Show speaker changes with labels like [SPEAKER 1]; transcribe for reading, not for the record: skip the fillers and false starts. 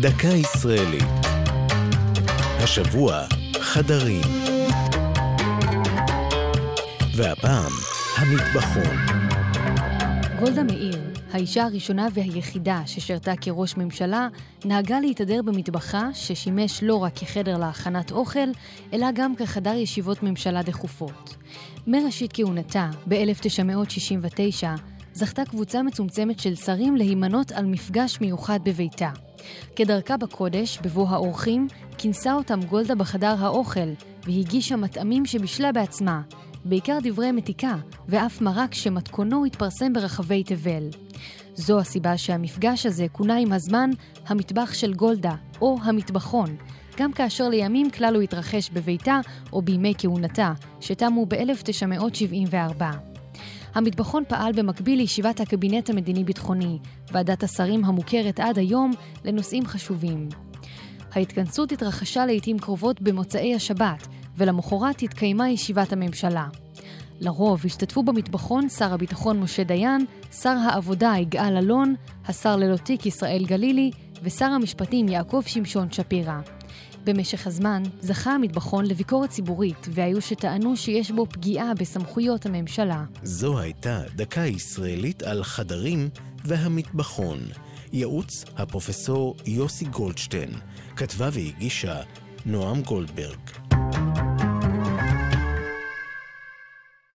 [SPEAKER 1] דקה ישראלית. השבוע חדרים. והפעם המטבחון.
[SPEAKER 2] גולדה מאיר, האישה הראשונה והיחידה ששרתה כראש ממשלה, נהגה להתהדר במטבחה ששימש לא רק כחדר להכנת אוכל, אלא גם כחדר ישיבות ממשלה דחופות. מראשית כהונתה, ב-1969, זכתה קבוצה מצומצמת של שרים להימנות על מפגש מיוחד בביתה. כדרכה בקודש, בבוא האורחים, כינסה אותם גולדה בחדר האוכל, והגישה מטעמים שבשלה בעצמה, בעיקר דברי מתיקה, ואף מרק שמתכונו התפרסם ברחבי תבל. זו הסיבה שהמפגש הזה כונה עם הזמן המטבח של גולדה, או המטבחון, גם כאשר לימים כלל הוא התרחש בביתה או בימי כהונתה, שתמו ב-1974. המטבחון פעל במקביל לישיבת הקבינט המדיני-ביטחוני, ועדת השרים המוכרת עד היום לנושאים חשובים. ההתכנסות התרחשה לעתים קרובות במוצאי השבת, ולמחרת התקיימה ישיבת הממשלה. לרוב השתתפו במטבחון שר הביטחון משה דיין, שר העבודה יגאל אלון, השר ללא תיק ישראל גלילי, ושר המשפטים יעקב שמשון שפירא. במשך הזמן זכה המטבחון לביקורת ציבורית, והיו שטענו שיש בו פגיעה בסמכויות הממשלה.
[SPEAKER 1] זו הייתה דקה ישראלית על חדרים והמטבחון. ייעוץ הפרופסור יוסי גולדשטיין. כתבה והגישה נועם גולדברג.